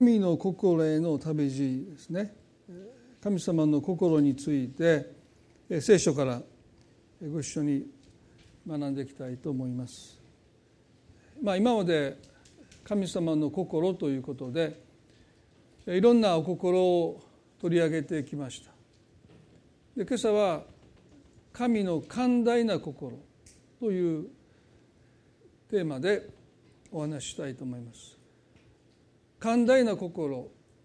神の心への旅路ですね。神様の心について聖書からご一緒に学んでいきたいと思います。今まで神様の心ということでいろんなお心を取り上げてきました。で、今朝は神の寛大な心というテーマでお話ししたいと思います。寛大な心、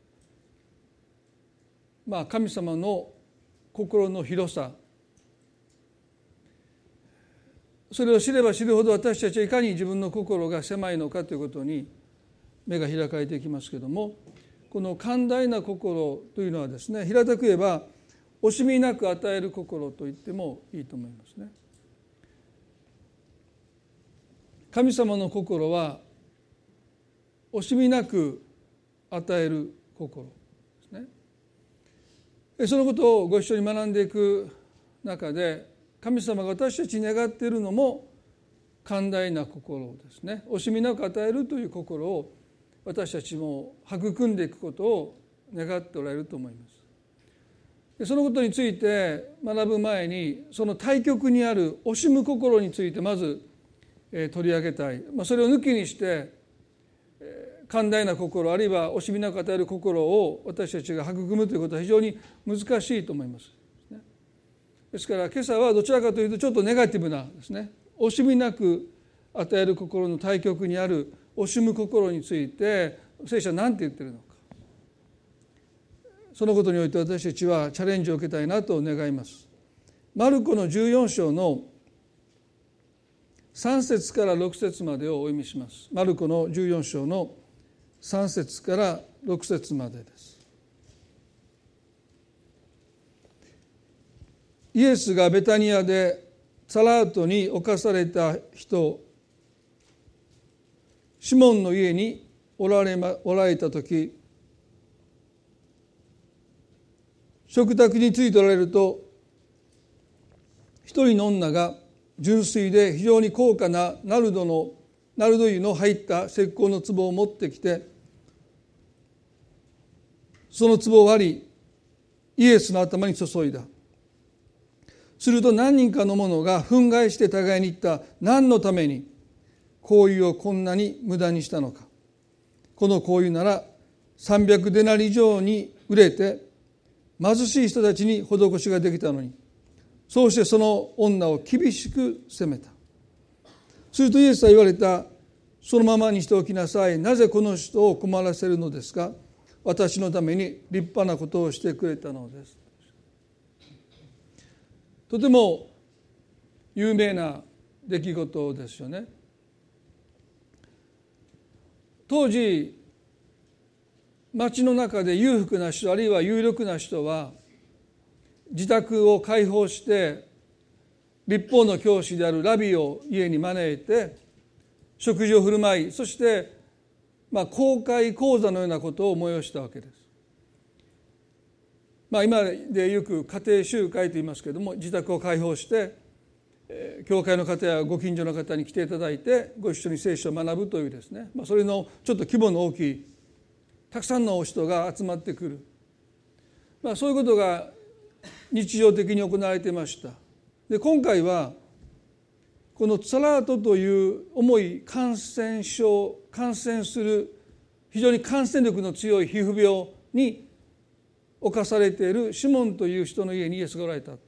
神様の心の広さ、それを知れば知るほど私たちはいかに自分の心が狭いのかということに目が開かれていきますけれども、この寛大な心というのはですね、平たく言えば惜しみなく与える心と言ってもいいと思いますね。神様の心は惜しみなく与える心ですね。そのことをご一緒に学んでいく中で、神様が私たちに願っているのも寛大な心ですね。惜しみなく与えるという心を私たちも育んでいくことを願っておられると思います。そのことについて学ぶ前に、その対極にある惜しむ心についてまず取り上げたい。それを抜きにして寛大な心、あるいは惜しみなく与える心を私たちが育むということは非常に難しいと思います。ですから今朝はどちらかというとちょっとネガティブなですね、惜しみなく与える心の対極にある惜しむ心について聖書は何て言っているのか、そのことにおいて私たちはチャレンジを受けたいなと願います。マルコの14章の3節から6節までをお読みします。マルコの14章の3節から6節までです。イエスがベタニアでサラートに侵された人、シモンの家におられた時、食卓についておられると、一人の女が純粋で非常に高価なナルド油の入った石膏の壺を持ってきて、その壺を割りイエスの頭に注いだ。すると何人かの者が憤慨して互いに言った。何のために香油をこんなに無駄にしたのか。この香油なら300デナリ以上に売れて貧しい人たちに施しができたのに。そうしてその女を厳しく責めた。するとイエスは言われた。そのままにしておきなさい。なぜこの人を困らせるのですか。私のために立派なことをしてくれたのです。とても有名な出来事ですよね。当時町の中で裕福な人、あるいは有力な人は自宅を開放して律法の教師であるラビを家に招いて食事を振る舞い、そして公開講座のようなことを催したわけです。今でよく家庭集会と言いますけれども、自宅を開放して教会の方やご近所の方に来ていただいてご一緒に聖書を学ぶというですね、それのちょっと規模の大きいたくさんの人が集まってくる、そういうことが日常的に行われていました。で、今回はこのサラートという重い感染する非常に感染力の強い皮膚病に侵されているシモンという人の家にイエスがおられた。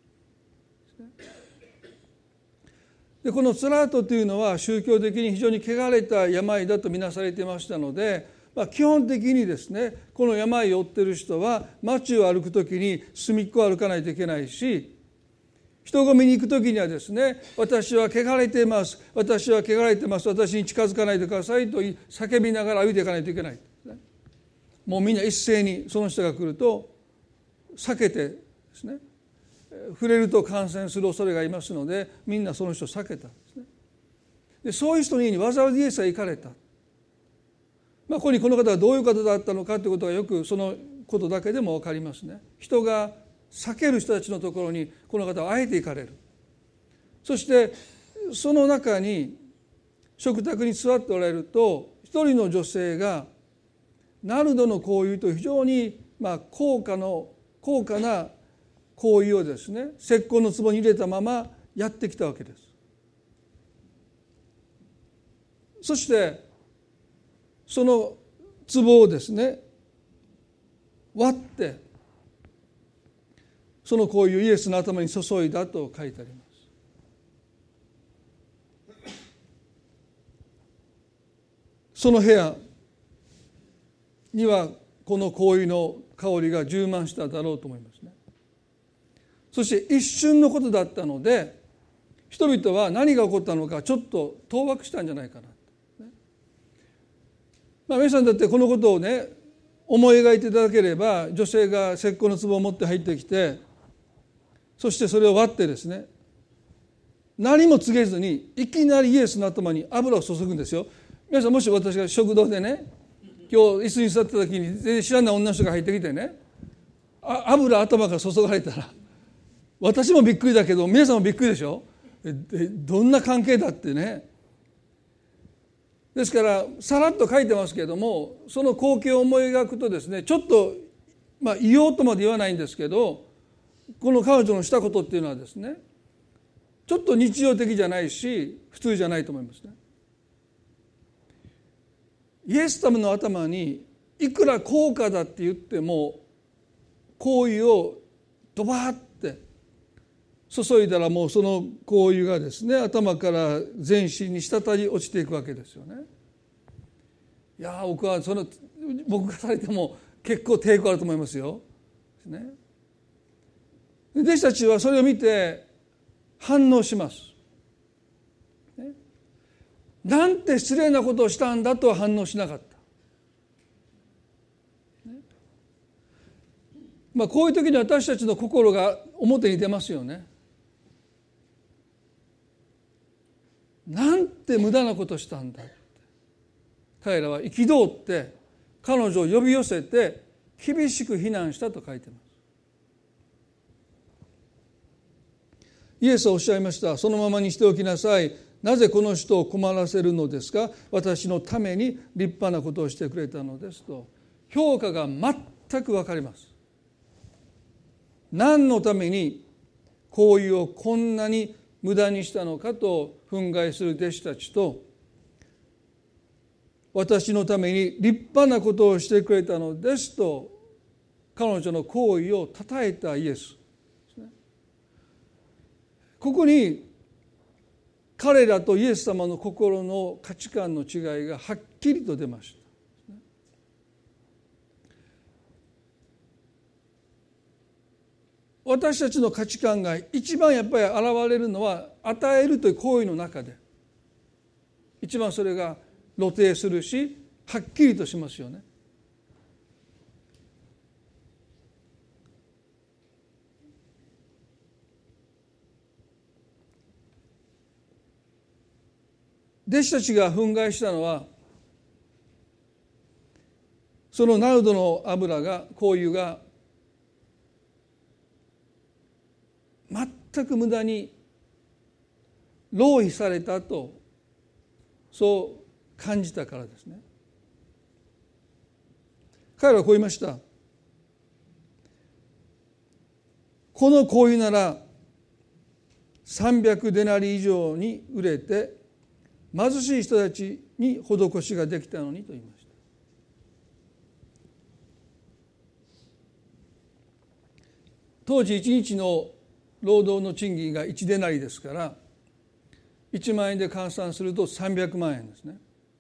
で、このサラートというのは宗教的に非常に汚れた病だとみなされていましたので、基本的にですね、この病を負っている人は街を歩くときに隅っこを歩かないといけないし、人混みに行くときにはですね、私は汚れています、私は汚れています、私に近づかないでくださいと叫びながら歩いていかないといけない。もうみんな一斉にその人が来ると避けてですね、触れると感染する恐れがありますので、みんなその人を避けたんですね。で、そういう人の家にわざわざイエスは行かれた。ここにこの方がどういう方だったのかということがよくそのことだけでも分かりますね。人が避ける人たちのところにこの方はあえて行かれる。そしてその中に食卓に座っておられると、一人の女性がナルドの香油と非常に高価な香油をですね、石膏の壺に入れたままやってきたわけです。そしてその壺をですね割ってその香油をイエスの頭に注いだと書いてあります。その部屋にはこの香油の香りが充満しただろうと思いますね。そして一瞬のことだったので人々は何が起こったのかちょっと当惑したんじゃないかな。皆さんだってこのことをね思い描いていただければ、女性が石膏の壺を持って入ってきて、そしてそれを割ってですね、何も告げずにいきなりイエスの頭に油を注ぐんですよ。皆さんもし私が食堂でね今日椅子に座った時に全然知らない女の人が入ってきてね油頭から注がれたら私もびっくりだけど皆さんもびっくりでしょ。どんな関係だってね。ですからさらっと書いてますけれども、その光景を思い描くとですね、ちょっと言おうとまで言わないんですけど、この彼女のしたことっていうのはですねちょっと日常的じゃないし普通じゃないと思いますね。イエス様の頭にいくら高価だって言っても香油をドバーって注いだらもうその香油がですね頭から全身に滴り落ちていくわけですよね。いや僕は僕がされても結構抵抗あると思いますよ。ね、弟子たちはそれを見て反応します。ね、なんて失礼なことをしたんだとは反応しなかった。ね、こういう時に私たちの心が表に出ますよね。なんて無駄なことしたんだって。彼らは憤って彼女を呼び寄せて厳しく非難したと書いています。イエスはおっしゃいました。そのままにしておきなさい。なぜこの人を困らせるのですか。私のために立派なことをしてくれたのですと。評価が全く分かります。何のために香油をこんなに無駄にしたのかと憤慨する弟子たちと、私のために立派なことをしてくれたのですと彼女の行為を称えたイエス。ここに彼らとイエス様の心の価値観の違いがはっきりと出ました。私たちの価値観が一番やっぱり現れるのは与えるという行為の中で一番それが露呈するしはっきりとしますよね。弟子たちが憤慨したのはそのナルドの油が香油が全く無駄に浪費されたとそう感じたからですね。彼らはこう言いました。この香油なら300デナリ以上に売れて貧しい人たちに施しができたのにと言いました。当時1日の労働の賃金が1デナリですから1万円で換算すると300万円ですね。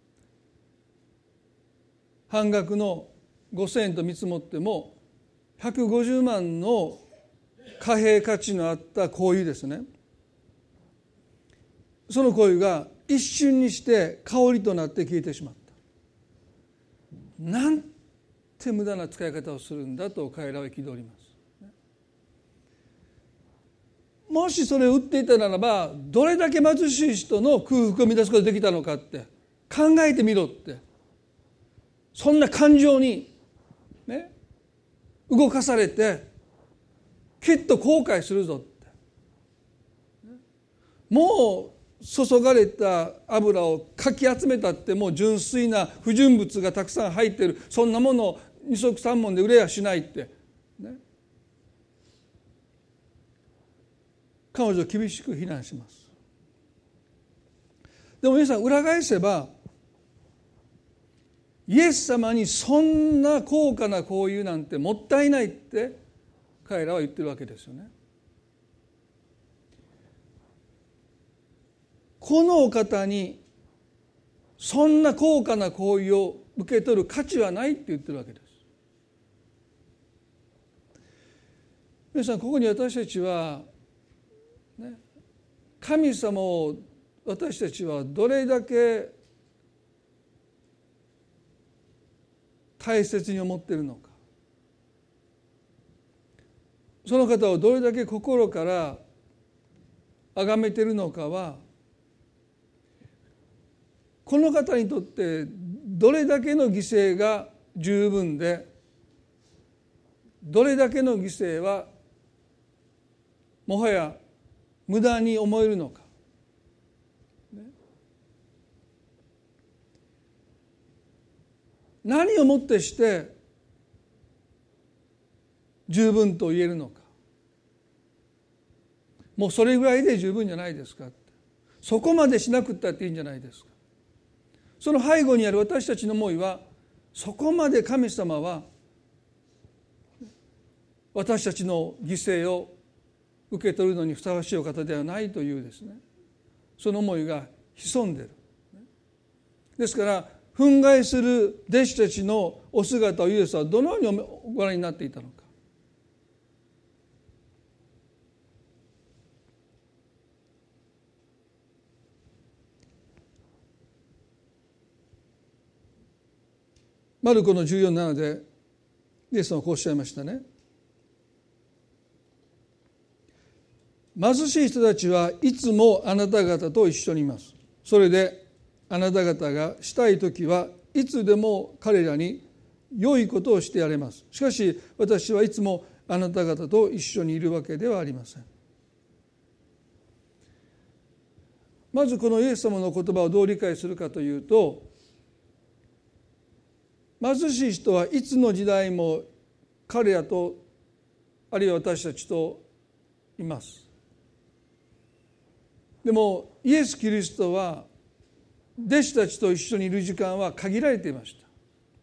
半額の5000円と見積もっても150万の貨幣価値のあった香油ですね。その香油が一瞬にして香りとなって消えてしまった。なんて無駄な使い方をするんだと彼らは憤ります。もしそれを売っていたならばどれだけ貧しい人の空腹を満たすことができたのかって考えてみろって、そんな感情に、ね、動かされてきっと後悔するぞって、もう注がれた油をかき集めたってもう純粋な不純物がたくさん入っている、そんなものを二足三文で売れやしないって、ね、彼女を厳しく非難します。でも皆さん裏返せば、イエス様にそんな高価な香油なんてもったいないって彼らは言ってるわけですよね。このお方にそんな高価な香油を受け取る価値はないって言ってるわけです。皆さん、ここに私たちは、ね、神様を私たちはどれだけ大切に思っているのか、その方をどれだけ心から崇めているのかは、この方にとってどれだけの犠牲が十分で、どれだけの犠牲はもはや無駄に思えるのか、何をもってして十分と言えるのか。もうそれぐらいで十分じゃないですか。そこまでしなくったっていいんじゃないですか。その背後にある私たちの思いは、そこまで神様は私たちの犠牲を受け取るのにふさわしいお方ではないというですね、その思いが潜んでいる。ですから憤慨する弟子たちのお姿をイエスはどのようにご覧になっていたのか。マルコの 14:7 でイエス様はこうおっしゃいましたね。貧しい人たちはいつもあなた方と一緒にいます。それであなた方がしたいときはいつでも彼らに良いことをしてやれます。しかし私はいつもあなた方と一緒にいるわけではありません。まずこのイエス様の言葉をどう理解するかというと、貧しい人はいつの時代も彼らと、あるいは私たちといます。でもイエス・キリストは弟子たちと一緒にいる時間は限られていました。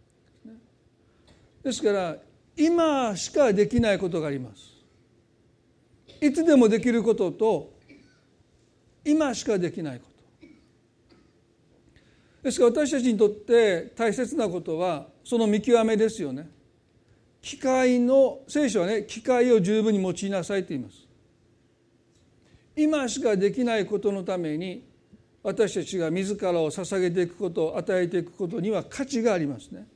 ですから今しかできないことがあります。いつでもできることと今しかできないこと。ですから私たちにとって大切なことはその見極めですよね。機会の、聖書はね、機会を十分に用いなさいと言います。今しかできないことのために私たちが自らを捧げていくこと、与えていくことには価値がありますね。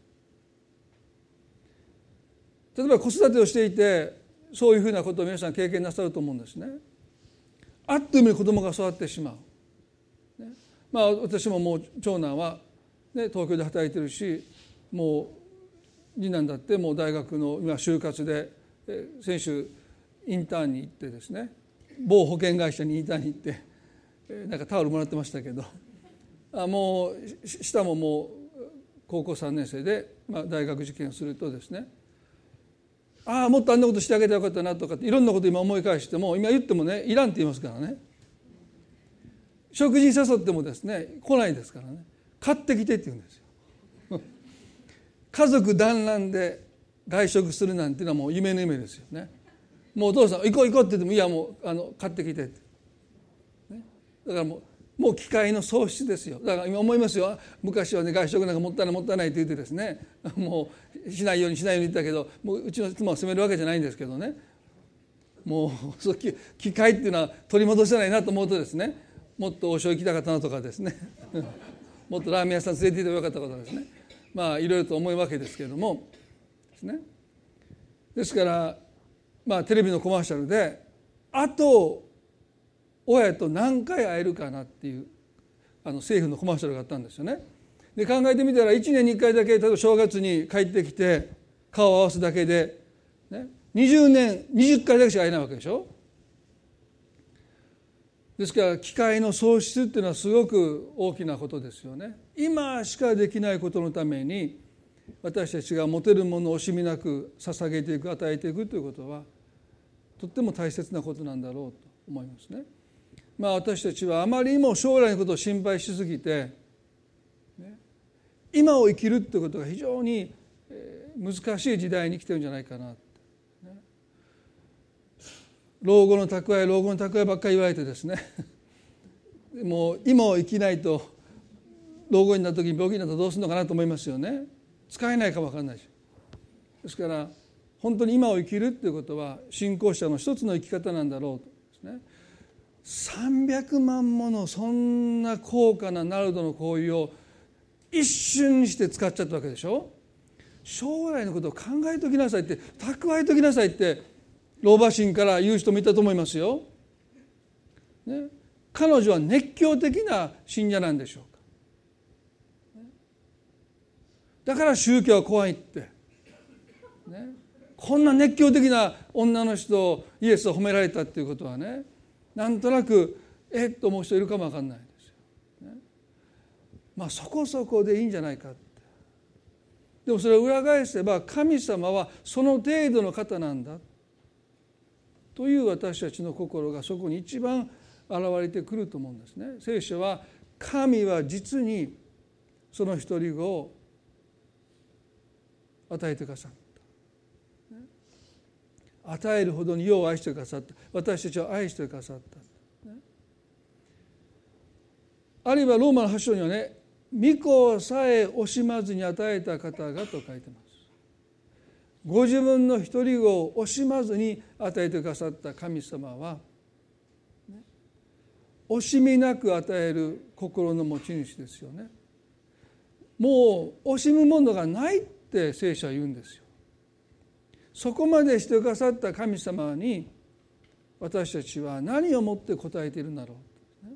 例えば子育てをしていてそういうふうなことを皆さん経験なさると思うんですね。あっという間に子供が育ってしまう。私ももう長男は、ね、東京で働いてるし、もう次男だってもう大学の今就活で先週インターンに行ってですね、某保険会社にインターンに行ってなんかタオルもらってましたけど、もう下ももう高校3年生で、大学受験をするとですね、もっとあんなことしてあげてよかったなとかっていろんなこと今思い返しても、今言ってもね、いらんって言いますからね。食事に誘ってもですね、来ないですからね。買ってきてって言うんですよ。家族団らんで外食するなんていうのはもう夢の夢ですよね。もうお父さん行こう行こうって言っても、いやもう買ってきてって、ね、だからもう機会の喪失ですよ。だから今思いますよ。昔はね、外食なんかもったいないもったいないって言ってですね、もうしないように言ったけど、もううちの妻を責めるわけじゃないんですけどね、もうそう機会っていうのは取り戻せないなと思うとですね、もっと王将行きたかったなとかですねもっとラーメン屋さん連れて行ってもよかったことですね、いろいろと思うわけですけれどもですね。ですからテレビのコマーシャルであと親と何回会えるかなっていう政府のコマーシャルがあったんですよね。で考えてみたら1年に1回だけ、例えば正月に帰ってきて顔を合わすだけで、ね、20年20回だけしか会えないわけでしょ。 ですから機会の喪失っていうのはすごく大きなことですよね。今しかできないことのために私たちが持てるものを惜しみなく捧げていく、与えていくということはとっても大切なことなんだろうと思いますね。私たちはあまりにも将来のことを心配しすぎて、今を生きるということが非常に難しい時代に来てるんじゃないかな。老後の蓄え、老後の蓄えばっかり言われてですねもう今を生きないと老後になった時に病気になったらどうするのかなと思いますよね。使えないかも分からないし。ですから本当に今を生きるということは信仰者の一つの生き方なんだろうとですね。300万ものそんな高価なナルドの香油を一瞬にして使っちゃったわけでしょ。将来のことを考えておきなさいって、蓄えておきなさいって老婆心から言う人もいたと思いますよ、ね、彼女は熱狂的な信者なんでしょうか。だから宗教は怖いって、ね、こんな熱狂的な女の人をイエスを褒められたっていうことはね、なんとなくと思う人いるかもわかんないですよ、ね。そこそこでいいんじゃないかって。でもそれを裏返せば神様はその程度の方なんだという私たちの心がそこに一番現れてくると思うんですね。聖書は神は実にその一人子を与えてくださった。与えるほどに世を愛してくださった。私たちを愛してくださった。あるいはローマの8章にはね、御子さえ惜しまずに与えた方がと書いてます。ご自分の一人子を惜しまずに与えてくださった神様は、惜しみなく与える心の持ち主ですよね。もう惜しむものがないって聖書は言うんですよ。そこまでしてくださった神様に私たちは何をもって答えているんだろ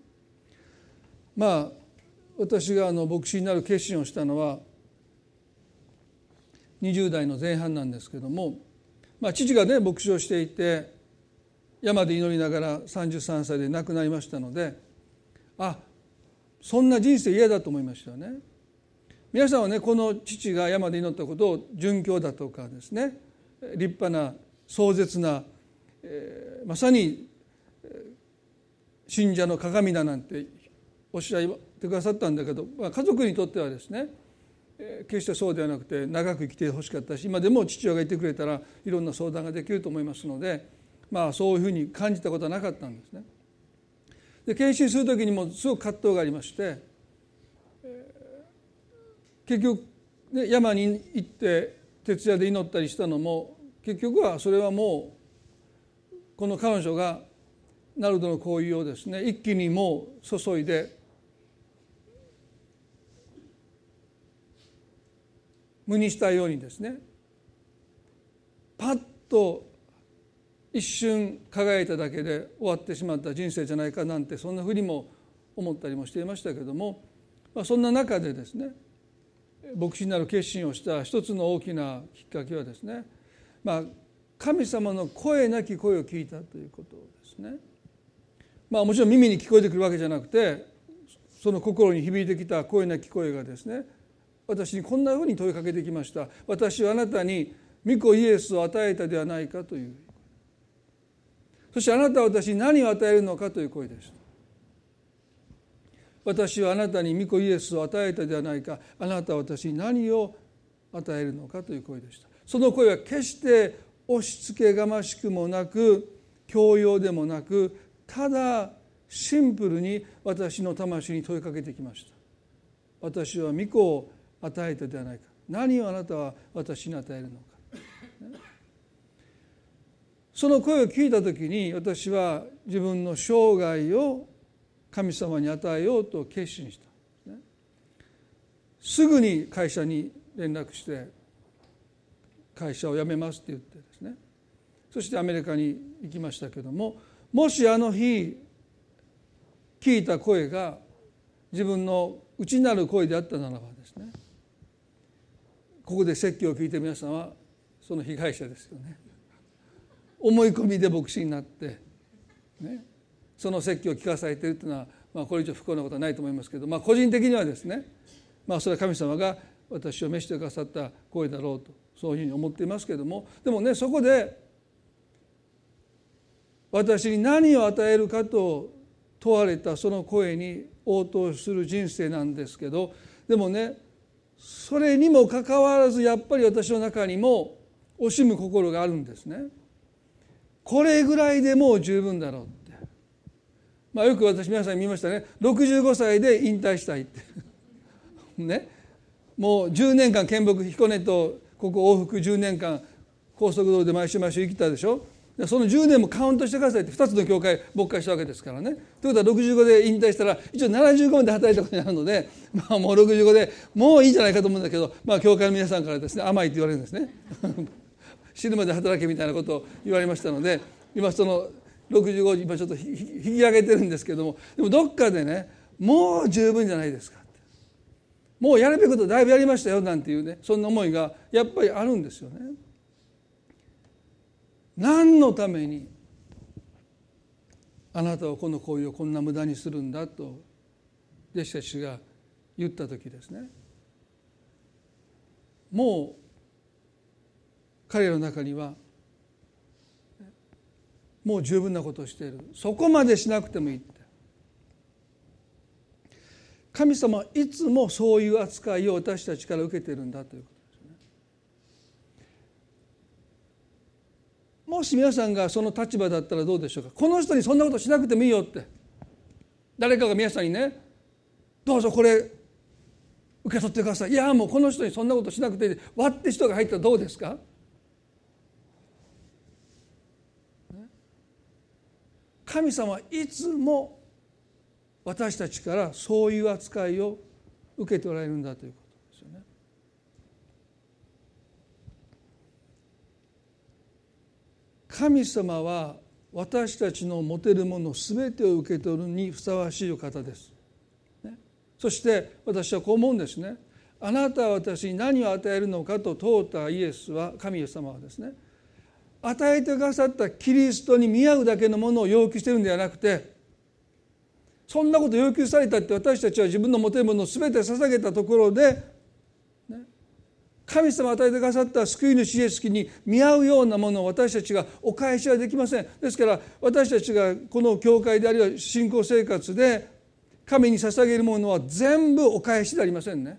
う。私が牧師になる決心をしたのは20代の前半なんですけども、父がね牧師をしていて山で祈りながら33歳で亡くなりましたので、そんな人生嫌だと思いましたよね。皆さんはね、この父が山で祈ったことを殉教だとかですね、立派な壮絶な、まさに信者の鏡だなんておっしゃってくださったんだけど、家族にとってはですね、決してそうではなくて長く生きてほしかったし、今でも父親がいてくれたらいろんな相談ができると思いますので、そういうふうに感じたことはなかったんですね。で献身する時にもすごく葛藤がありまして、結局、ね、山に行って徹夜で祈ったりしたのも結局はそれはもうこの彼女がナルドの香油をですね一気にもう注いで無にしたようにですね、パッと一瞬輝いただけで終わってしまった人生じゃないかなんて、そんなふうにも思ったりもしていましたけども、そんな中でですね牧師になる決心をした一つの大きなきっかけはですね、神様の声なき声を聞いたということですね。もちろん耳に聞こえてくるわけじゃなくて、その心に響いてきた声なき声がですね、私にこんなふうに問いかけてきました。私はあなたに御子イエスを与えたではないかという。そしてあなたは私に何を与えるのかという声でした。私はあなたに御子イエスを与えたではないか、あなたは私に何を与えるのかという声でした。その声は決して押し付けがましくもなく強要でもなく、ただシンプルに私の魂に問いかけてきました。私は御子を与えたではないか、何をあなたは私に与えるのか。その声を聞いたときに、私は自分の生涯を神様に与えようと決心した。すぐに会社に連絡して会社を辞めますって言ってですね、そしてアメリカに行きましたけども、もしあの日聞いた声が自分の内なる声であったならばですね、ここで説教を聞いて皆さんはその被害者ですよね。思い込みで牧師になって、ね、 その説教を聞かされているというのは、これ以上不幸なことはないと思いますけど、個人的にはですね、それは神様が私を召してくださった声だろうと、そういうふうに思っていますけれども、でもね、そこで私に何を与えるかと問われたその声に応答する人生なんですけど、でもね、それにもかかわらずやっぱり私の中にも惜しむ心があるんですね。これぐらいでもう十分だろうって、よく私皆さんに見ましたね。65歳で引退したいってね、もう10年間見牧彦根とここ往復10年間高速道路で毎週毎週生きたでしょ。その10年もカウントしてくださいって2つの教会牧会したわけですからね。ということは65で引退したら一応75まで働いたことになるので、もう65でもういいんじゃないかと思うんだけど、教会の皆さんからですね、甘いって言われるんですね死ぬまで働けみたいなことを言われましたので、今その65今ちょっと引き上げてるんですけども、でもどっかでね、もう十分じゃないですかって、もうやるべきことだいぶやりましたよなんていうね、そんな思いがやっぱりあるんですよね。何のためにあなたはこの行為をこんな無駄にするんだと弟子たちが言った時ですね、もう彼らの中にはもう十分なことをしている、そこまでしなくてもいいって、神様はいつもそういう扱いを私たちから受けているんだということですね。もし皆さんがその立場だったらどうでしょうか。この人にそんなことしなくてもいいよって、誰かが皆さんにね、どうぞこれ受け取ってください、いやもうこの人にそんなことしなくていい、割って人が入ったらどうですか。神様はいつも私たちからそういう扱いを受けておられるんだということですよね。神様は私たちの持てるものすべてを受け取るにふさわしいお方です、ね、そして私はこう思うんですね。あなたは私に何を与えるのかと問うたイエスは、神様はですね、与えてくださったキリストに見合うだけのものを要求しているんではなくて、そんなこと要求されたって私たちは自分の持てるものを全て捧げたところで、神様が与えてくださった救い主イエスに見合うようなものを私たちがお返しはできません。ですから私たちがこの教会であるいは信仰生活で神に捧げるものは全部お返しでありませんね。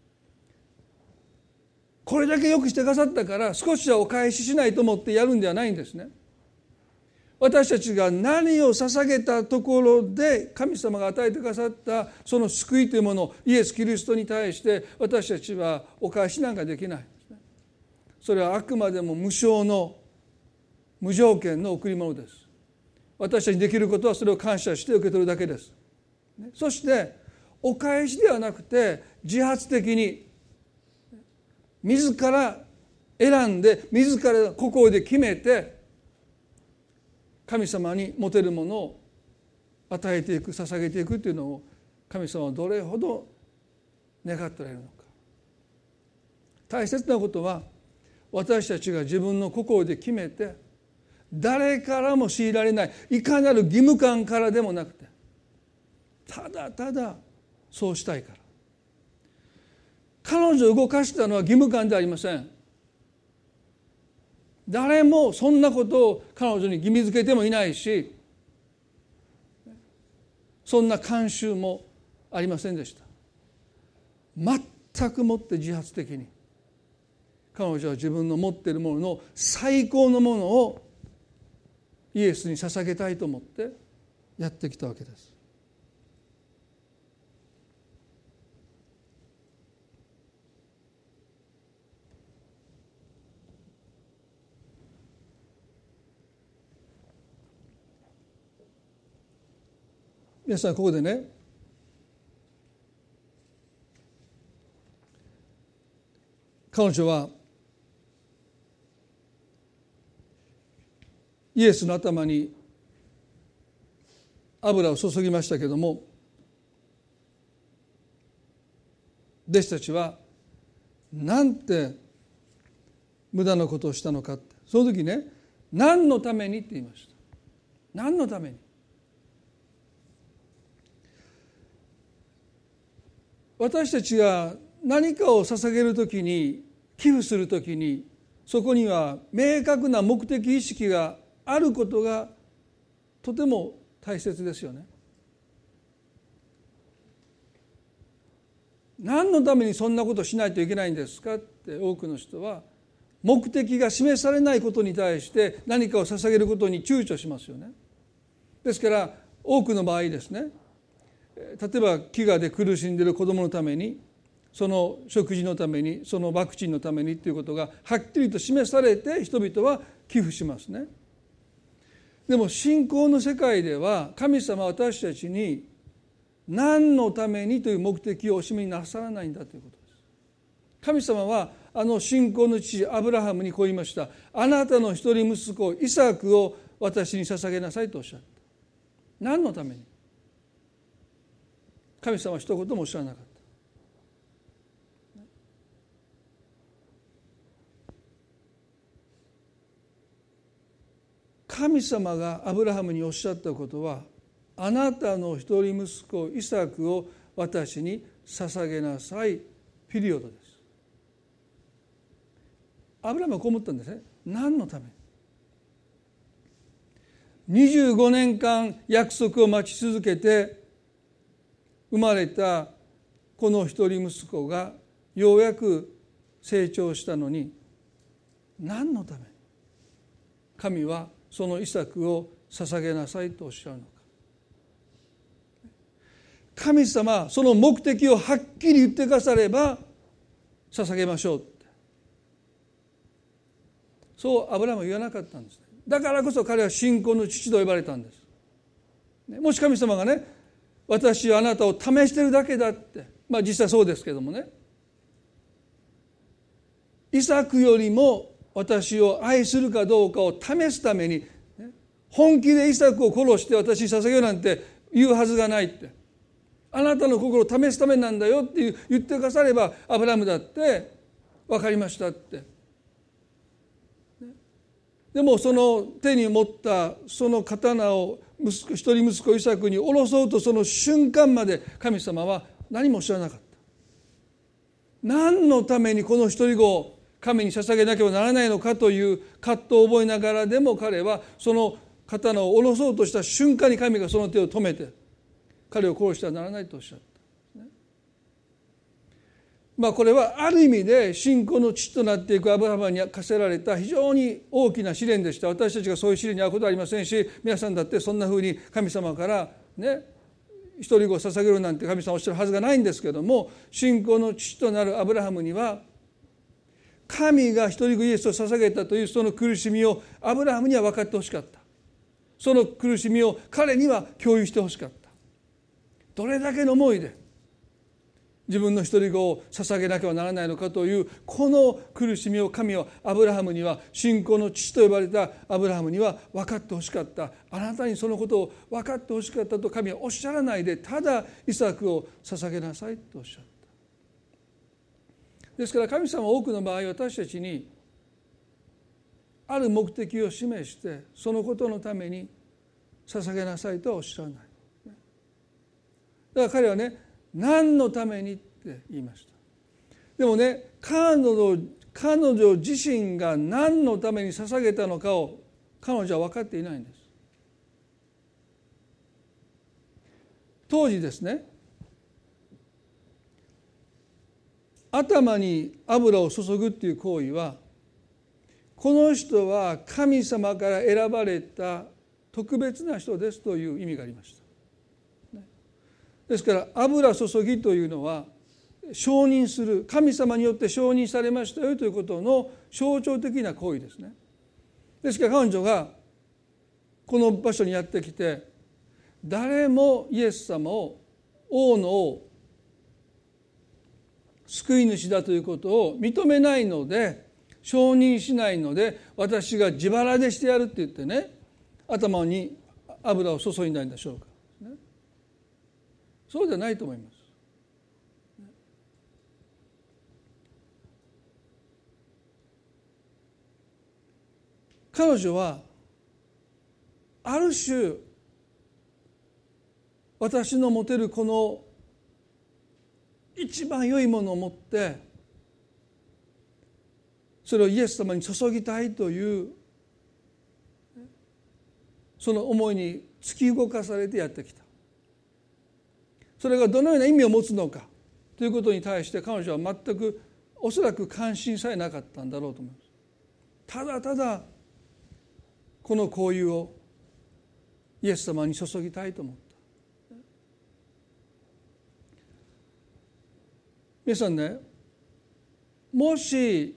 これだけよくしてくださったから少しはお返ししないと思ってやるんではないんですね。私たちが何を捧げたところで神様が与えてくださったその救いというものをイエス・キリストに対して私たちはお返しなんかできない。それはあくまでも無償の無条件の贈り物です。私たちにできることはそれを感謝して受け取るだけです。そしてお返しではなくて自発的に自ら選んで自ら心で決めて神様に持てるものを与えていく、捧げていくというのを神様はどれほど願っておられるのか。大切なことは私たちが自分の心で決めて誰からも強いられないいかなる義務感からでもなくてただただそうしたいから。彼女を動かしたのは義務感ではありません。誰もそんなことを彼女に義務付けてもいないし、そんな慣習もありませんでした。全くもって自発的に彼女は自分の持っているものの最高のものをイエスに捧げたいと思ってやってきたわけです。皆さんここでね、彼女はイエスの頭に油を注ぎましたけれども、弟子たちはなんて無駄なことをしたのかって、その時ね、何のためにって言いました。何のために。 私たちが何かを捧げるときに、寄付するときに、そこには明確な目的意識があることがとても大切ですよね。何のためにそんなことしないといけないんですかって多くの人は目的が示されないことに対して何かを捧げることに躊躇しますよね。ですから多くの場合ですね、例えば飢餓で苦しんでいる子どものために、その食事のために、そのワクチンのためにということがはっきりと示されて人々は寄付しますね。でも信仰の世界では神様は私たちに何のためにという目的をお示しなさらないんだということです。神様は信仰の父アブラハムにこう言いました。あなたの一人息子イサクを私に捧げなさいとおっしゃった。何のために？神様は一言もおっしゃらなかった。神様がアブラハムにおっしゃったことは、あなたの一人息子イサクを私に捧げなさい、ピリオドです。アブラハムはこう思ったんですね。何のために？25年間約束を待ち続けて生まれたこの一人息子がようやく成長したのに、何のために神はそのイサクを捧げなさいとおっしゃるのか。神様その目的をはっきり言ってくだされば捧げましょうって、そうアブラハムは言わなかったんです。だからこそ彼は信仰の父と呼ばれたんです。もし神様がね、私はあなたを試しているだけだって、実際そうですけどもね、イサクよりも私を愛するかどうかを試すために、本気でイサクを殺して私に捧げようなんて言うはずがないって、あなたの心を試すためなんだよって言ってくださればアブラハムだって分かりましたって。でもその手に持ったその刀を一人息子イサクに下ろそうとその瞬間まで神様は何も知らなかった。何のためにこの一人子を神に捧げなければならないのかという葛藤を覚えながらでも、彼はその刀を下ろそうとした瞬間に神がその手を止めて彼を殺してはならないとおっしゃった。これはある意味で信仰の父となっていくアブラハムに課せられた非常に大きな試練でした。私たちがそういう試練に遭うことはありませんし、皆さんだってそんなふうに神様からね、一人子を捧げるなんて神様おっしゃるはずがないんですけども、信仰の父となるアブラハムには神が一人子イエスを捧げたというその苦しみをアブラハムには分かってほしかった。その苦しみを彼には共有してほしかった。どれだけの思いで自分の一人子を捧げなければならないのかというこの苦しみを神はアブラハムには、信仰の父と呼ばれたアブラハムには分かってほしかった。あなたにそのことを分かってほしかったと神はおっしゃらないで、ただイサクを捧げなさいとおっしゃった。ですから神様は多くの場合私たちにある目的を示してそのことのために捧げなさいとはおっしゃらない。だから彼はね、何のためにって言いました。でもね、彼女自身が何のために捧げたのかを彼女は分かっていないんです。当時ですね、頭に油を注ぐっていう行為は、この人は神様から選ばれた特別な人ですという意味がありました。ですから油注ぎというのは承認する、神様によって承認されましたよということの象徴的な行為ですね。ですから彼女がこの場所にやってきて、誰もイエス様を王の王、救い主だということを認めないので、承認しないので、私が自腹でしてやるって言ってね、頭に油を注いだんでしょうか。そうじゃないと思います。彼女はある種私の持てるこの一番良いものを持ってそれをイエス様に注ぎたいというその思いに突き動かされてやってきた。それがどのような意味を持つのかということに対して彼女は全くおそらく関心さえなかったんだろうと思います。ただただこの交友をイエス様に注ぎたいと思った。皆さんね、もし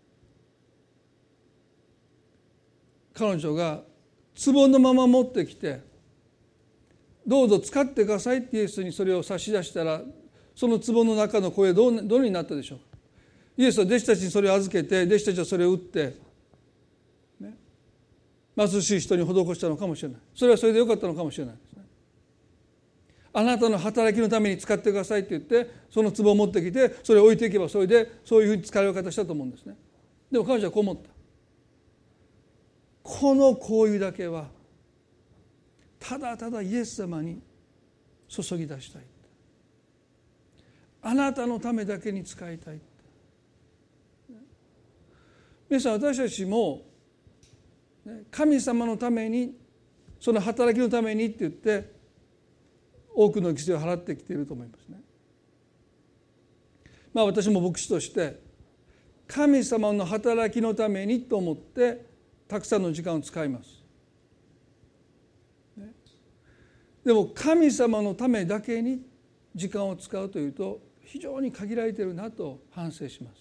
彼女が壺のまま持ってきてどうぞ使ってくださいってイエスにそれを差し出したら、その壺の中の声はどのようになったでしょうか。イエスは弟子たちにそれを預けて、弟子たちはそれを打って、ね、貧しい人に施したのかもしれない。それはそれでよかったのかもしれないですね。あなたの働きのために使ってくださいって言ってその壺を持ってきてそれを置いていけばそれでそういうふうに使い方したと思うんですね。でも彼女はこう思った。この行為だけはただただイエス様に注ぎ出したい。あなたのためだけに使いたい。皆さん、私たちも神様のために、その働きのためにって言って多くの犠牲を払ってきていると思いますね。私も牧師として神様の働きのためにと思ってたくさんの時間を使います。でも神様のためだけに時間を使うというと非常に限られているなと反省します。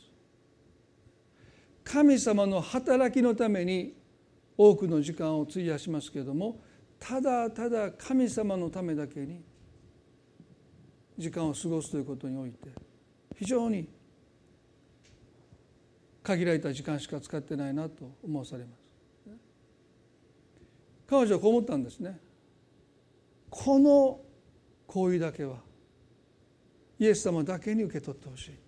神様の働きのために多くの時間を費やしますけれども、ただただ神様のためだけに時間を過ごすということにおいて非常に限られた時間しか使ってないなと思わされます。彼女はこう思ったんですね。この行為だけはイエス様だけに受け取ってほしい。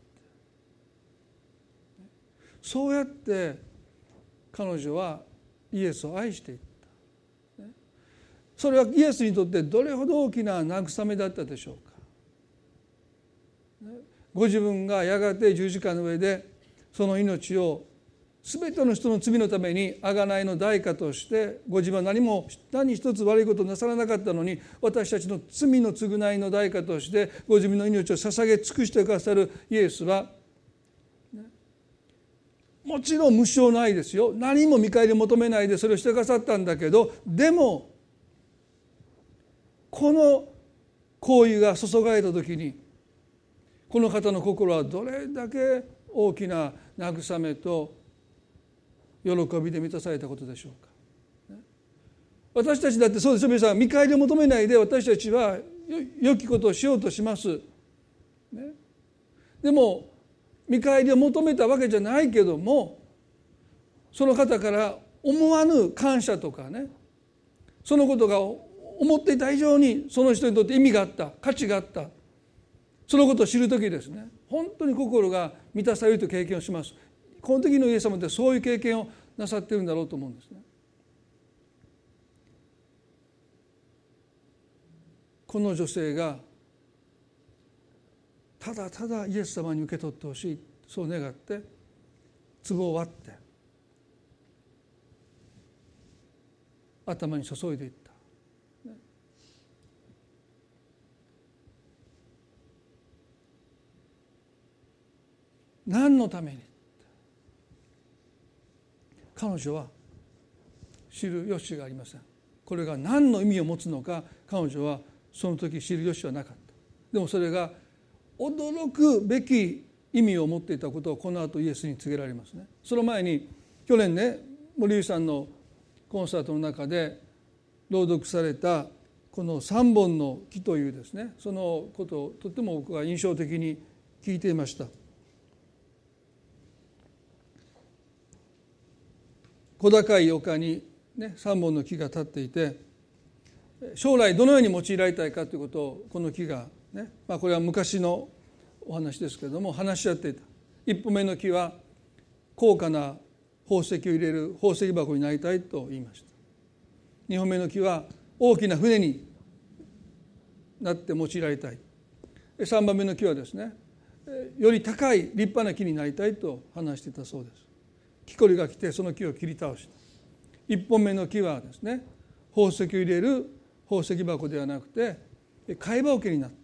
そうやって彼女はイエスを愛していった。それはイエスにとってどれほど大きな慰めだったでしょうか。ご自分がやがて十字架の上でその命を全ての人の罪のために贖いの代価としてご自分は何一つ悪いことをなさらなかったのに、私たちの罪の償いの代価としてご自分の命を捧げ尽くしてくださるイエスは、もちろん無償の愛ですよ。何も見返りを求めないでそれをしてくださったんだけど、でもこの行為が注がれた時にこの方の心はどれだけ大きな慰めと喜びで満たされたことでしょうか。私たちだってそうでしょ。皆さん、見返りを求めないで私たちは良きことをしようとします、でも見返りを求めたわけじゃないけども、その方から思わぬ感謝とかね、そのことが思っていた以上にその人にとって意味があった、価値があった、そのことを知るときですね、本当に心が満たされるという経験をします。この時のイエス様ってそういう経験をなさっているんだろうと思うんですね。この女性がただただイエス様に受け取ってほしい、そう願って壺を割って頭に注いでいった。何のために？彼女は知る由がありません。これが何の意味を持つのか彼女はその時知る由はなかった。でもそれが驚くべき意味を持っていたことをこの後イエスに告げられますね。その前に去年ね、森内さんのコンサートの中で朗読されたこの3本の木というですね、そのことをとても僕は印象的に聞いていました。小高い丘に、3本の木が立っていて、将来どのように用いられたいかということをこの木が、これは昔のお話ですけれども話し合っていた。1本目の木は高価な宝石を入れる宝石箱になりたいと言いました。2本目の木は大きな船になって用いられたい。3番目の木はですね、 より高い立派な木になりたいと話していたそうです。木こりが来てその木を切り倒した。1本目の木はですね、宝石を入れる宝石箱ではなくて貝羽桶になった。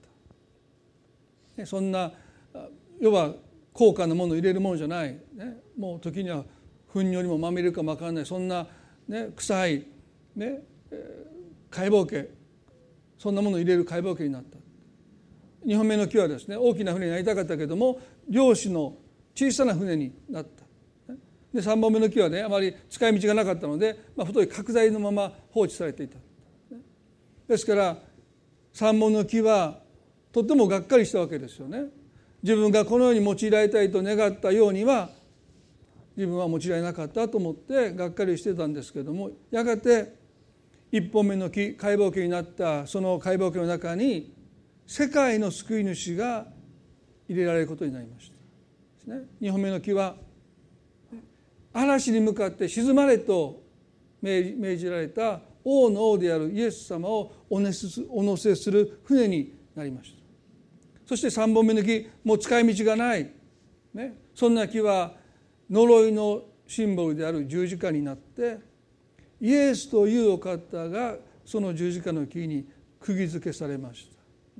そんな要は高価なものを入れるものじゃない、ね、もう時には糞尿にもまみれるかも分からない、そんな、ね、臭い、ね、貝羽桶、そんなものを入れる貝羽桶になった。2本目の木はですね、大きな船になりたかったけども漁師の小さな船になった。で3本目の木はね、あまり使い道がなかったので、太い角材のまま放置されていた。ですから3本の木はとってもがっかりしたわけですよね。自分がこのように用いられたいと願ったようには自分は用いられなかったと思ってがっかりしてたんですけども、やがて1本目の木、貝羽桶になったその貝羽桶の中に世界の救い主が入れられることになりました。2本目の木は嵐に向かって沈まれと命じられた王の王であるイエス様をお乗せする船になりました。そして3本目の木、もう使い道がない、ね、そんな木は呪いのシンボルである十字架になってイエスというお方がその十字架の木に釘付けされました、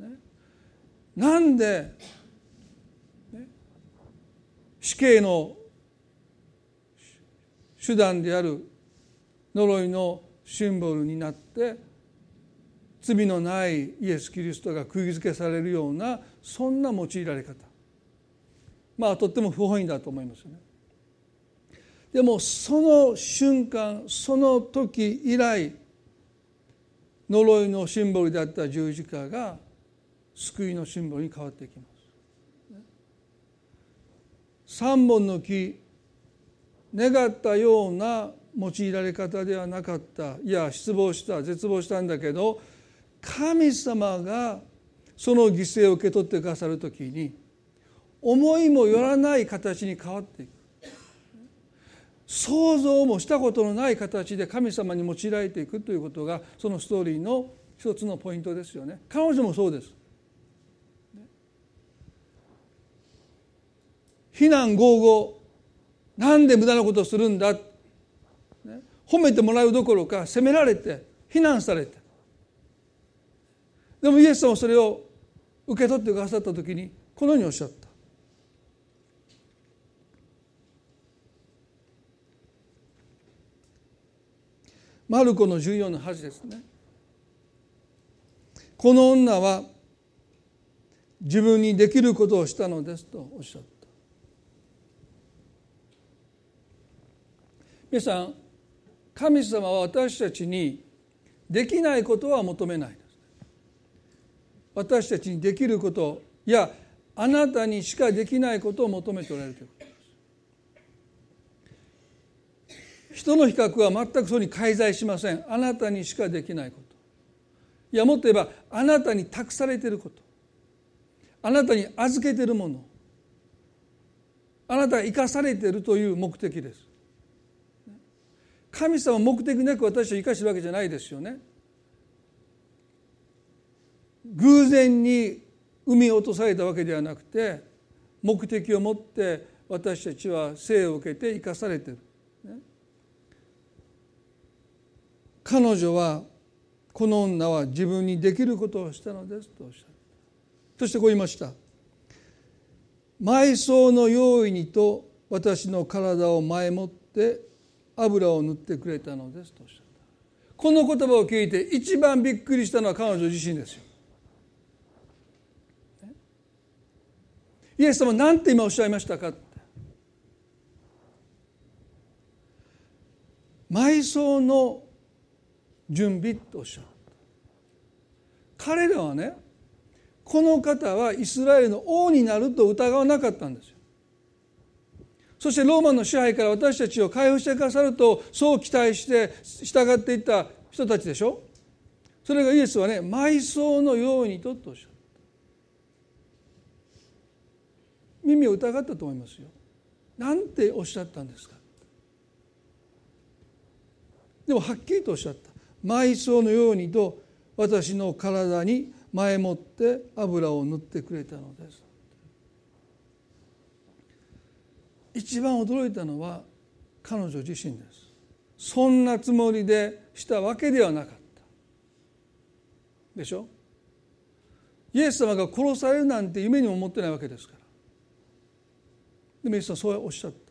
ね、なんで、ね、死刑の手段である呪いのシンボルになって罪のないイエス・キリストが釘付けされるようなそんな用いられ方、とっても不本意だと思いますよね。でもその瞬間、その時以来、呪いのシンボルであった十字架が救いのシンボルに変わっていきます。3本の木、願ったような用いられ方ではなかった、いや失望した、絶望したんだけど、神様がその犠牲を受け取ってくださるときに思いもよらない形に変わっていく、想像もしたことのない形で神様に用いられていくということがそのストーリーの一つのポイントですよね。彼女もそうです。非難合々、なんで無駄なことをするんだ、褒めてもらうどころか責められて非難されて、でもイエス様はそれを受け取ってくださったときにこのようにおっしゃった。マルコの14の8ですね。この女は自分にできることをしたのですとおっしゃった。皆さん、神様は私たちにできないことは求めないです。私たちにできること、いやあなたにしかできないことを求めておられるということです。人の比較は全くそれに介在しません。あなたにしかできないこと、いやもっと言えばあなたに託されていること、あなたに預けているもの、あなたが生かされているという目的です。神様は目的なく私を生かしているわけじゃないですよね。偶然に産み落とされたわけではなくて、目的を持って私たちは生を受けて生かされている。彼女は、この女は自分にできることをしたのですとおっしゃる。そしてこう言いました。埋葬の用意にと私の体を前もって油を塗ってくれたのですとおっしゃった。この言葉を聞いて一番びっくりしたのは彼女自身ですよ。イエス様なんて今おっしゃいましたかって。埋葬の準備とおっしゃった。彼らはね、この方はイスラエルの王になると疑わなかったんですよ。そしてローマの支配から私たちを解放してくださるとそう期待して従っていった人たちでしょ。それがイエスはね、埋葬のようにとおっしゃった。耳を疑ったと思いますよ。なんておっしゃったんですか。でもはっきりとおっしゃった。埋葬のようにと私の体に前もって油を塗ってくれたのです。 一番驚いたのは彼女自身です。そんなつもりでしたわけではなかったでしょ。イエス様が殺されるなんて夢にも思ってないわけですから。でもイエス様はそうおっしゃった。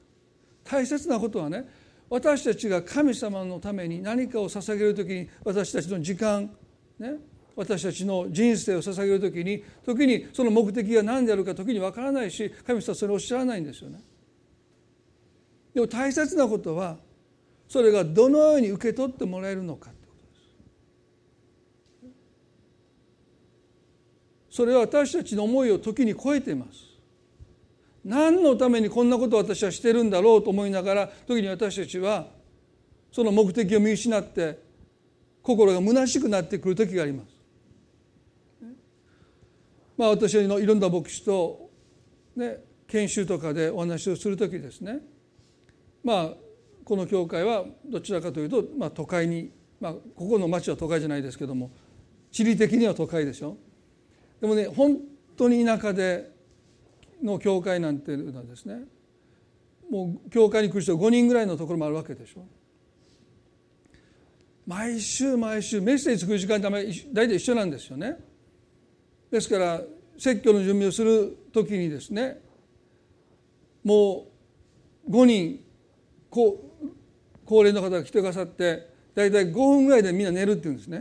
大切なことはね、私たちが神様のために何かを捧げるときに、私たちの時間、ね、私たちの人生を捧げるときに、時にその目的が何であるか時に分からないし、神様はそれをおっしゃらないんですよね。でも大切なことは、それがどのように受け取ってもらえるのかということです。それは私たちの思いを時に超えています。何のためにこんなことを私はしてるんだろうと思いながら、時に私たちはその目的を見失って心が虚しくなってくる時があります。私のいろんな牧師と、ね、研修とかでお話をする時ですね、この教会はどちらかというと、都会に、ここの町は都会じゃないですけども、地理的には都会でしょ。でもね、本当に田舎での教会なんていうのはですね、もう教会に来る人5人ぐらいのところもあるわけでしょ。毎週メッセージ作る時間って大体一緒なんですよね。ですから説教の準備をするときにですね、もう5人高齢の方が来てくださって、大体5分ぐらいでみんな寝るっていうんですね。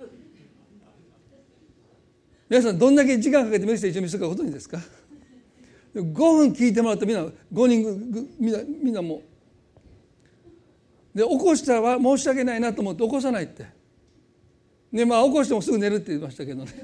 皆さんどんだけ時間かけてメッセージ準備するかご存知ですか。5分聞いてもらってみんな5人みんなもうで、起こしたら申し訳ないなと思って起こさないって。で起こしてもすぐ寝るって言いましたけどね。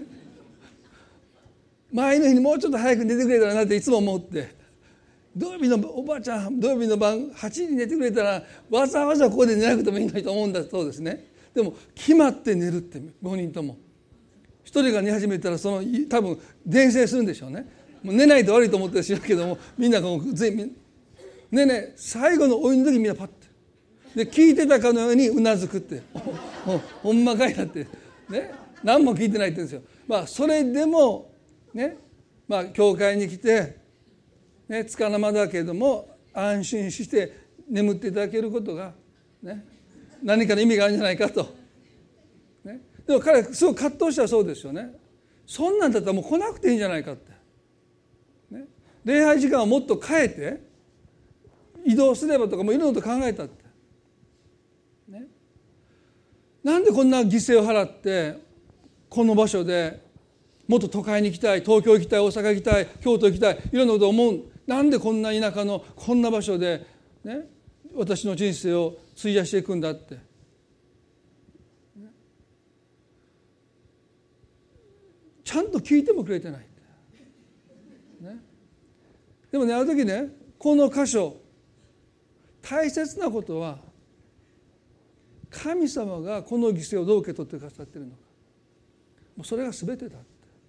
前の日にもうちょっと早く寝てくれたらなっていつも思って、土曜日のおばあちゃん土曜日の晩8時に寝てくれたらわざわざここで寝なくてもいいのにと思うんだそうですね。でも決まって寝るって5人とも。1人が寝始めたら多分伝染するんでしょうね。もう寝ないと悪いと思ってるしけども、みんな全員最後のお湯の時みんなパッてで聞いてたかのようにうなずくってほんまかいなってね、何も聞いてないって言うんですよ。それでもね、教会に来てね、つかの間だけれども安心して眠っていただけることが、ね、何かの意味があるんじゃないかと、ね、でも彼すごく葛藤したらそうですよね。そんなんだったらもう来なくていいんじゃないかって、ね、礼拝時間をもっと変えて移動すればとかもいろいろと考えたって、ね、なんでこんな犠牲を払ってこの場所でもっと都会に行きたい、東京行きたい、大阪行きたい、京都行きたい、いろんなことを思う。なんでこんな田舎のこんな場所で、ね、私の人生を費やしていくんだって、ちゃんと聞いてもくれてない、ね、でもね、ある時ね、この箇所大切なことは神様がこの犠牲をどう受け取ってくださっているのか、もうそれが全てだ。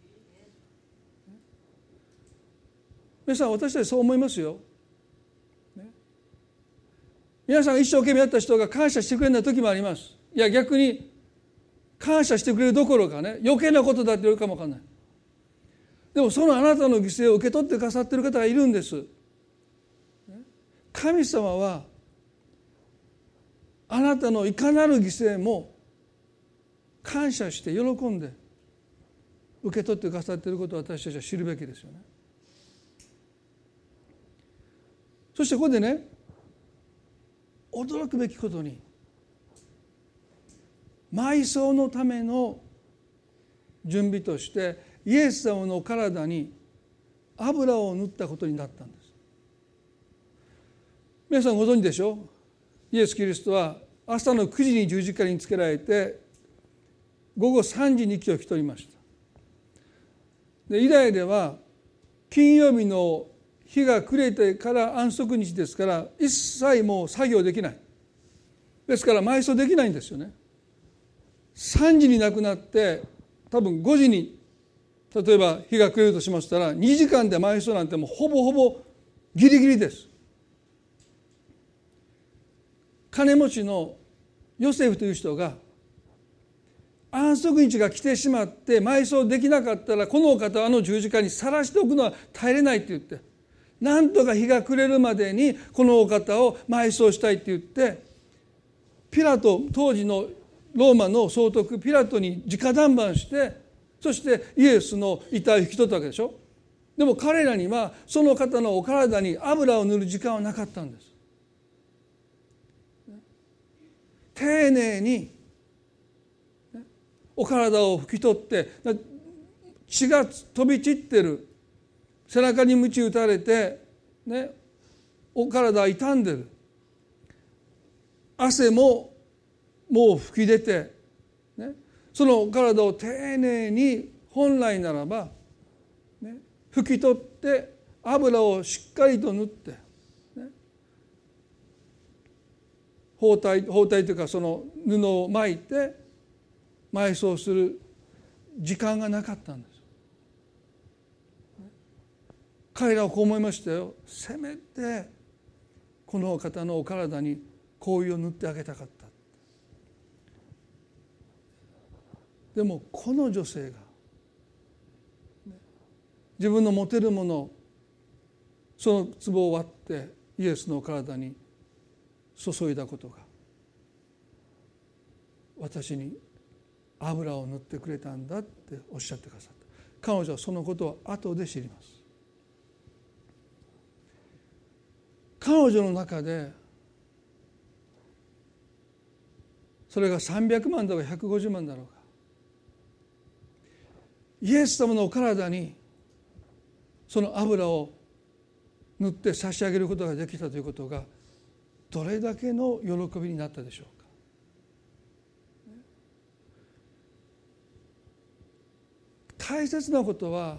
皆さん、私たちそう思いますよ、ね、皆さんが一生懸命やった人が感謝してくれない時もあります。いや逆に感謝してくれるどころかね、余計なことだって言うかもわかんない。でもそのあなたの犠牲を受け取ってくださっている方がいるんです。神様はあなたのいかなる犠牲も感謝して喜んで受け取ってくださっていることを私たちは知るべきですよね。そしてここでね、驚くべきことに埋葬のための準備としてイエス様の体に油を塗ったことになったんです。皆さんご存知でしょう。イエス・キリストは朝の9時に十字架につけられて午後3時に息を引き取りました。でユダヤでは金曜日の日が暮れてから安息日ですから、一切もう作業できない。ですから埋葬できないんですよね。3時に亡くなって多分5時に例えば日が暮れるとしましたら、2時間で埋葬なんてもうほぼほぼギリギリです。金持ちのヨセフという人が安息日が来てしまって埋葬できなかったら、このお方はあの十字架に晒しておくのは耐えれないって言って、 なんとか日が暮れるまでにこのお方を埋葬したいって言って、ピラト、当時のローマの総督ピラトに直談判して、そしてイエスの遺体を引き取ったわけでしょ。でも彼らにはその方のお体に油を塗る時間はなかったんです。丁寧にお体を拭き取って、血が飛び散ってる、背中に鞭打たれて、ね、お体は傷んでる、汗ももう吹き出て、ね、そのお体を丁寧に本来ならば、ね、拭き取って油をしっかりと塗って、ね、包帯というかその布を巻いて埋葬する時間がなかったんです。彼らはこう思いましたよ。せめてこの方のお体に香油を塗ってあげたかった。でもこの女性が自分の持てるもの、その壺を割ってイエスのお体に注いだことが、私に油を塗ってくれたんだっておっしゃってくださった。彼女はそのことを後で知ります。彼女の中でそれが300万だろうか150万だろうか、イエス様のお体にその油を塗って差し上げることができたということが、どれだけの喜びになったでしょうか。大切なことは、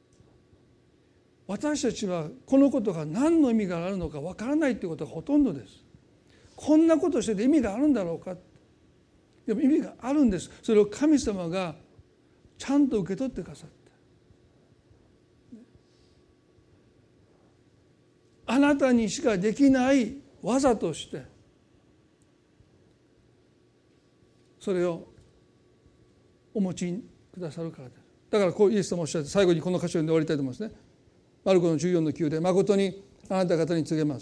私たちはこのことが何の意味があるのかわからないということがほとんどです。こんなことしてて意味があるんだろうか。でも意味があるんです。それを神様がちゃんと受け取ってくださった。あなたにしかできない技としてそれをお持ちくださるからです。だからこうイエス様おっしゃって、最後にこの箇所で終わりたいと思いますね。マルコの14の9で、誠にあなた方に告げます。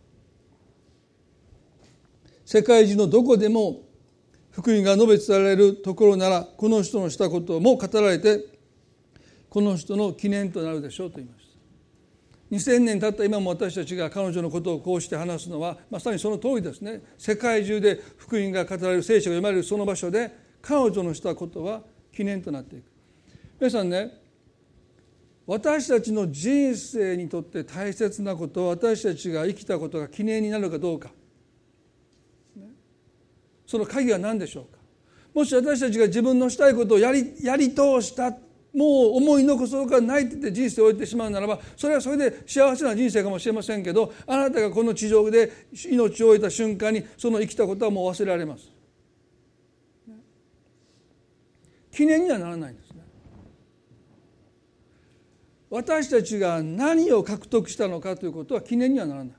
世界中のどこでも福音が述べ伝えられるところなら、この人のしたことも語られて、この人の記念となるでしょうと言いました。2000年経った今も私たちが彼女のことをこうして話すのは、まさにその通りですね。世界中で福音が語られる、聖書が読まれるその場所で、彼女のしたことは記念となっていく。皆さんね、私たちの人生にとって大切なこと、私たちが生きたことが記念になるかどうか、その鍵は何でしょうか。もし私たちが自分のしたいことをやり通した、もう思い残すことがないって言って人生を終えてしまうならば、それはそれで幸せな人生かもしれませんけど、あなたがこの地上で命を終えた瞬間にその生きたことはもう忘れられます。記念にはならないんですね。私たちが何を獲得したのかということは記念にはならない。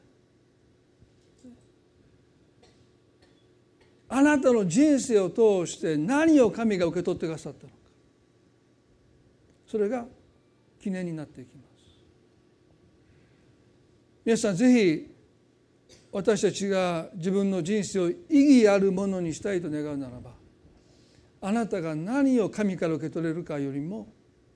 あなたの人生を通して何を神が受け取ってくださったのか、それが記念になっていきます。皆さんぜひ私たちが自分の人生を意義あるものにしたいと願うならば、あなたが何を神から受け取れるかよりも、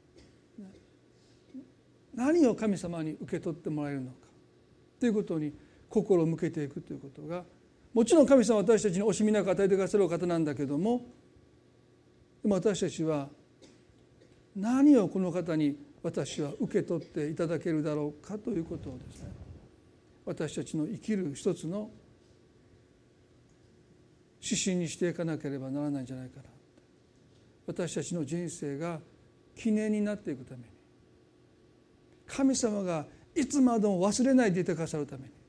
何を神様に受け取ってもらえるのかということに心を向けていくということが、もちろん神様は私たちに惜しみなく与えてくださるお方なんだけども、でも私たちは何をこの方に私は受け取っていただけるだろうかということをですね、私たちの生きる一つの指針にしていかなければならないんじゃないかな。私たちの人生が記念になっていくために、神様がいつまでも忘れないでいてくださるために、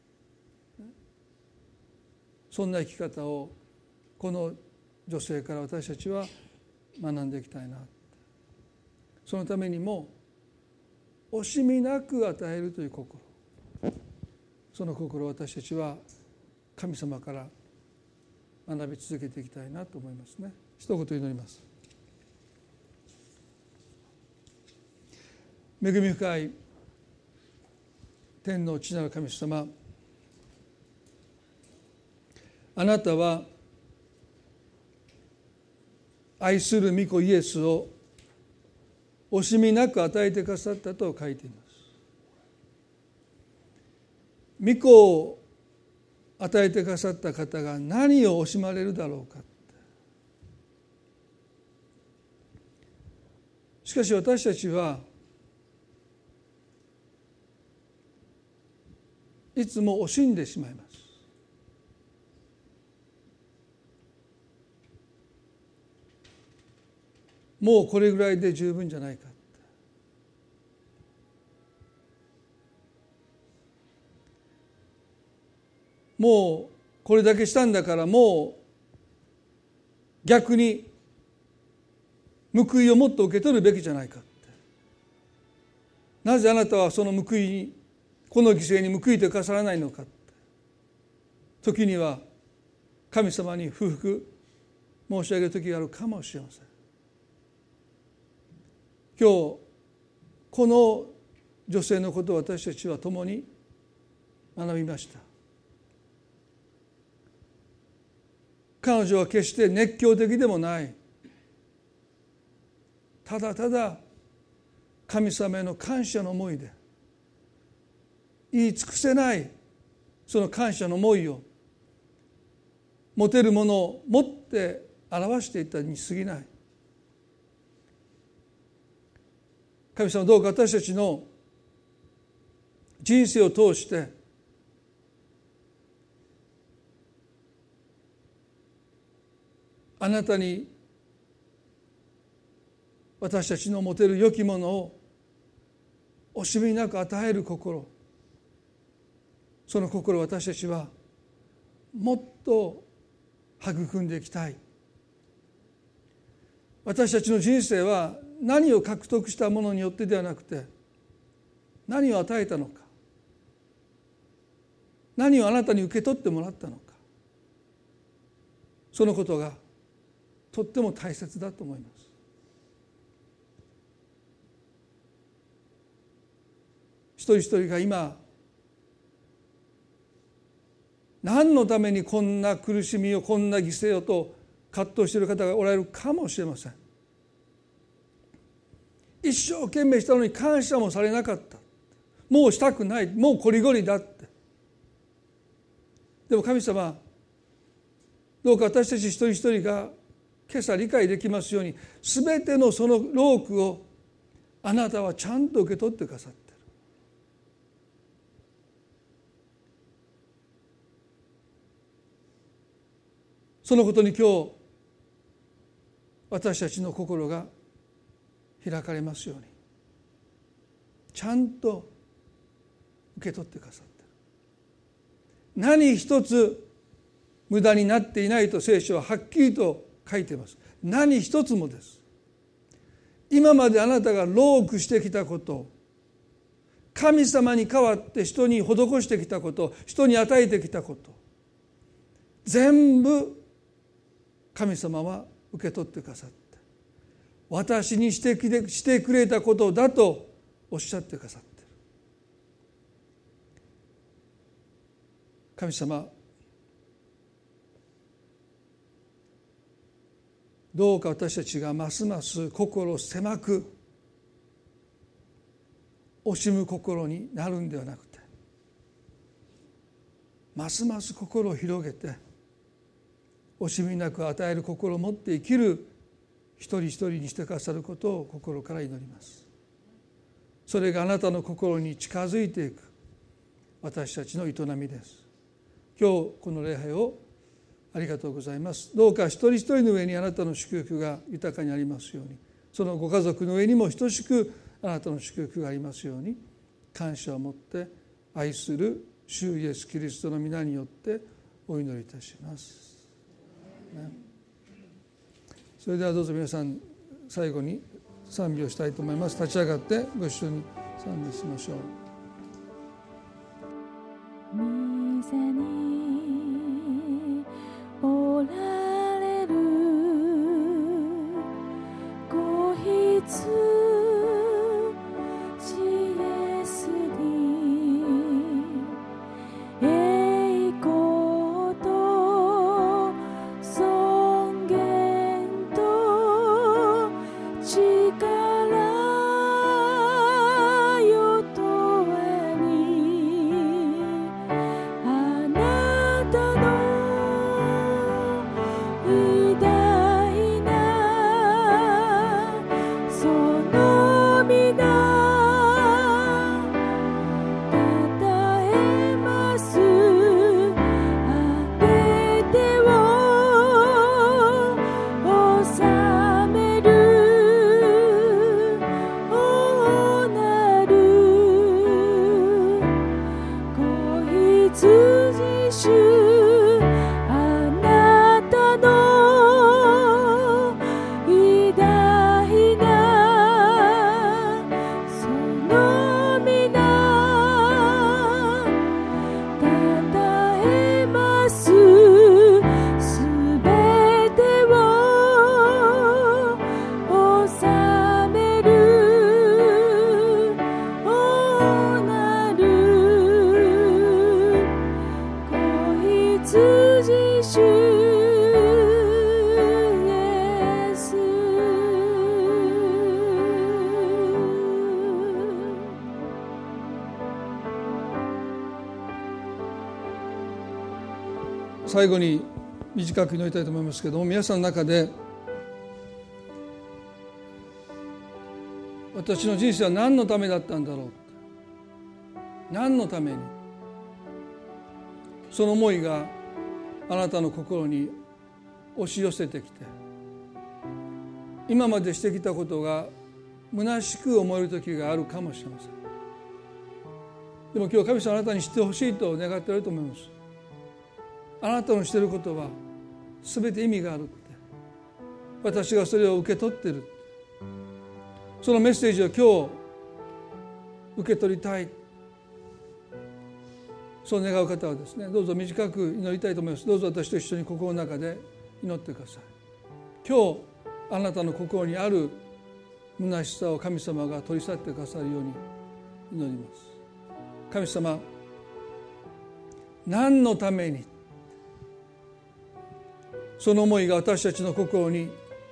そんな生き方をこの女性から私たちは学んでいきたいな。そのためにも惜しみなく与えるという心、その心を私たちは神様から学び続けていきたいなと思いますね。一言祈ります。恵み深い天の父なる神様、あなたは愛する御子イエスを惜しみなく与えてくださったと書いています。御子を与えてくださった方が何を惜しまれるだろうか。しかし私たちはいつも惜しんでしまいます。もうこれぐらいで十分じゃないか。もうこれだけしたんだからもう逆に報いをもっと受け取るべきじゃないかって。なぜあなたはその報いに、この犠牲に報いてくださらないのかって。時には神様に不服申し上げる時があるかもしれません。今日この女性のことを私たちは共に学びました。彼女は決して熱狂的でもない、ただただ神様への感謝の思いで、言い尽くせないその感謝の思いを持てるものを持って表していったに過ぎない。神様、どうか私たちの人生を通してあなたに私たちの持てる良きものを惜しみなく与える心、その心を私たちはもっと育んでいきたい。私たちの人生は何を獲得したものによってではなくて、何を与えたのか、何をあなたに受け取ってもらったのか、そのことがとっても大切だと思います。一人一人が今何のためにこんな苦しみを、こんな犠牲をと葛藤している方がおられるかもしれません。一生懸命したのに感謝もされなかった、もうしたくない、もうこりごりだって。でも神様、どうか私たち一人一人が今朝理解できますように、すべてのその労苦をあなたはちゃんと受け取ってくださっている。そのことに今日私たちの心が開かれますように、ちゃんと受け取ってくださっている。何一つ無駄になっていないと聖書ははっきりと書いています。何一つもです。今まであなたが労苦してきたこと、神様に代わって人に施してきたこと、人に与えてきたこと、全部神様は受け取ってくださって、私にしてくれたことだとおっしゃってくださっている。神様、どうか私たちがますます心狭く惜しむ心になるんではなくて、ますます心を広げて惜しみなく与える心を持って生きる一人一人にしてくださることを心から祈ります。それがあなたの心に近づいていく私たちの営みです。今日この礼拝をありがとうございます。どうか一人一人の上にあなたの祝福が豊かにありますように、そのご家族の上にも等しくあなたの祝福がありますように、感謝を持って愛する主イエスキリストの皆によってお祈りいたします。それではどうぞ皆さん、最後に賛美をしたいと思います。立ち上がってご一緒に賛美しましょう。 御座におられるご必イエスに最後に短く祈りたいと思いますけれども、皆さんの中で私の人生は何のためだったんだろう、何のために、その思いがあなたの心に押し寄せてきて、今までしてきたことが虚しく思える時があるかもしれません。でも今日神様あなたに知ってほしいと願っていると思います。あなたのしていることは全て意味があるって、私がそれを受け取っている、そのメッセージを今日受け取りたい、そう願う方はですね、どうぞ短く祈りたいと思います。どうぞ私と一緒に心の中で祈ってください。今日あなたの心にある虚しさを神様が取り去ってくださるように祈ります。神様、何のために、その思いが私たちの心に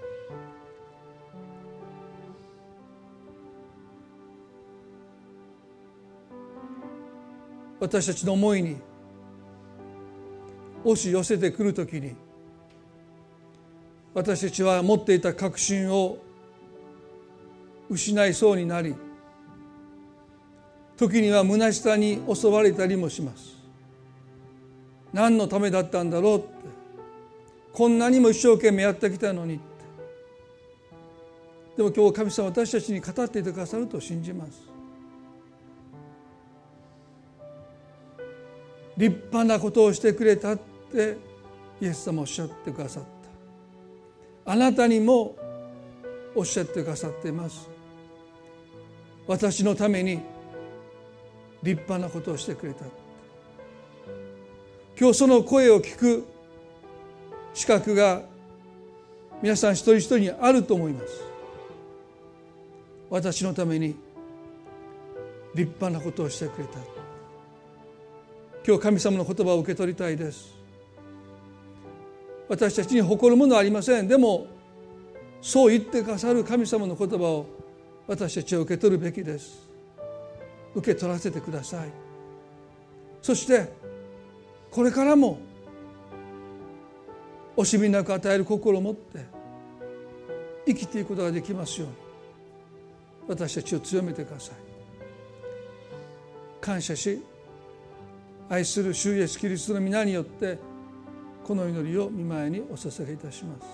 私たちの思いに押し寄せてくるときに、私たちは持っていた確信を失いそうになり、時には虚しさに襲われたりもします。何のためだったんだろうって、こんなにも一生懸命やってきたのにって。でも今日神様は私たちに語っていてくださると信じます。立派なことをしてくれたってイエス様おっしゃってくださった。あなたにもおっしゃってくださっています。私のために立派なことをしてくれた。今日その声を聞く資格が皆さん一人一人にあると思います。私のために立派なことをしてくれた。今日神様の言葉を受け取りたいです。私たちに誇るものはありません。でもそう言ってくださる神様の言葉を私たちは受け取るべきです。受け取らせてください。そしてこれからも惜しみなく与える心を持って生きていくことができますように、私たちを強めてください。感謝し、愛する主イエスキリストの皆によってこの祈りを御前にお捧げいたします。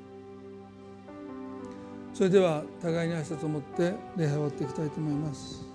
それでは互いに挨拶を持って礼拝を終わっていきたいと思います。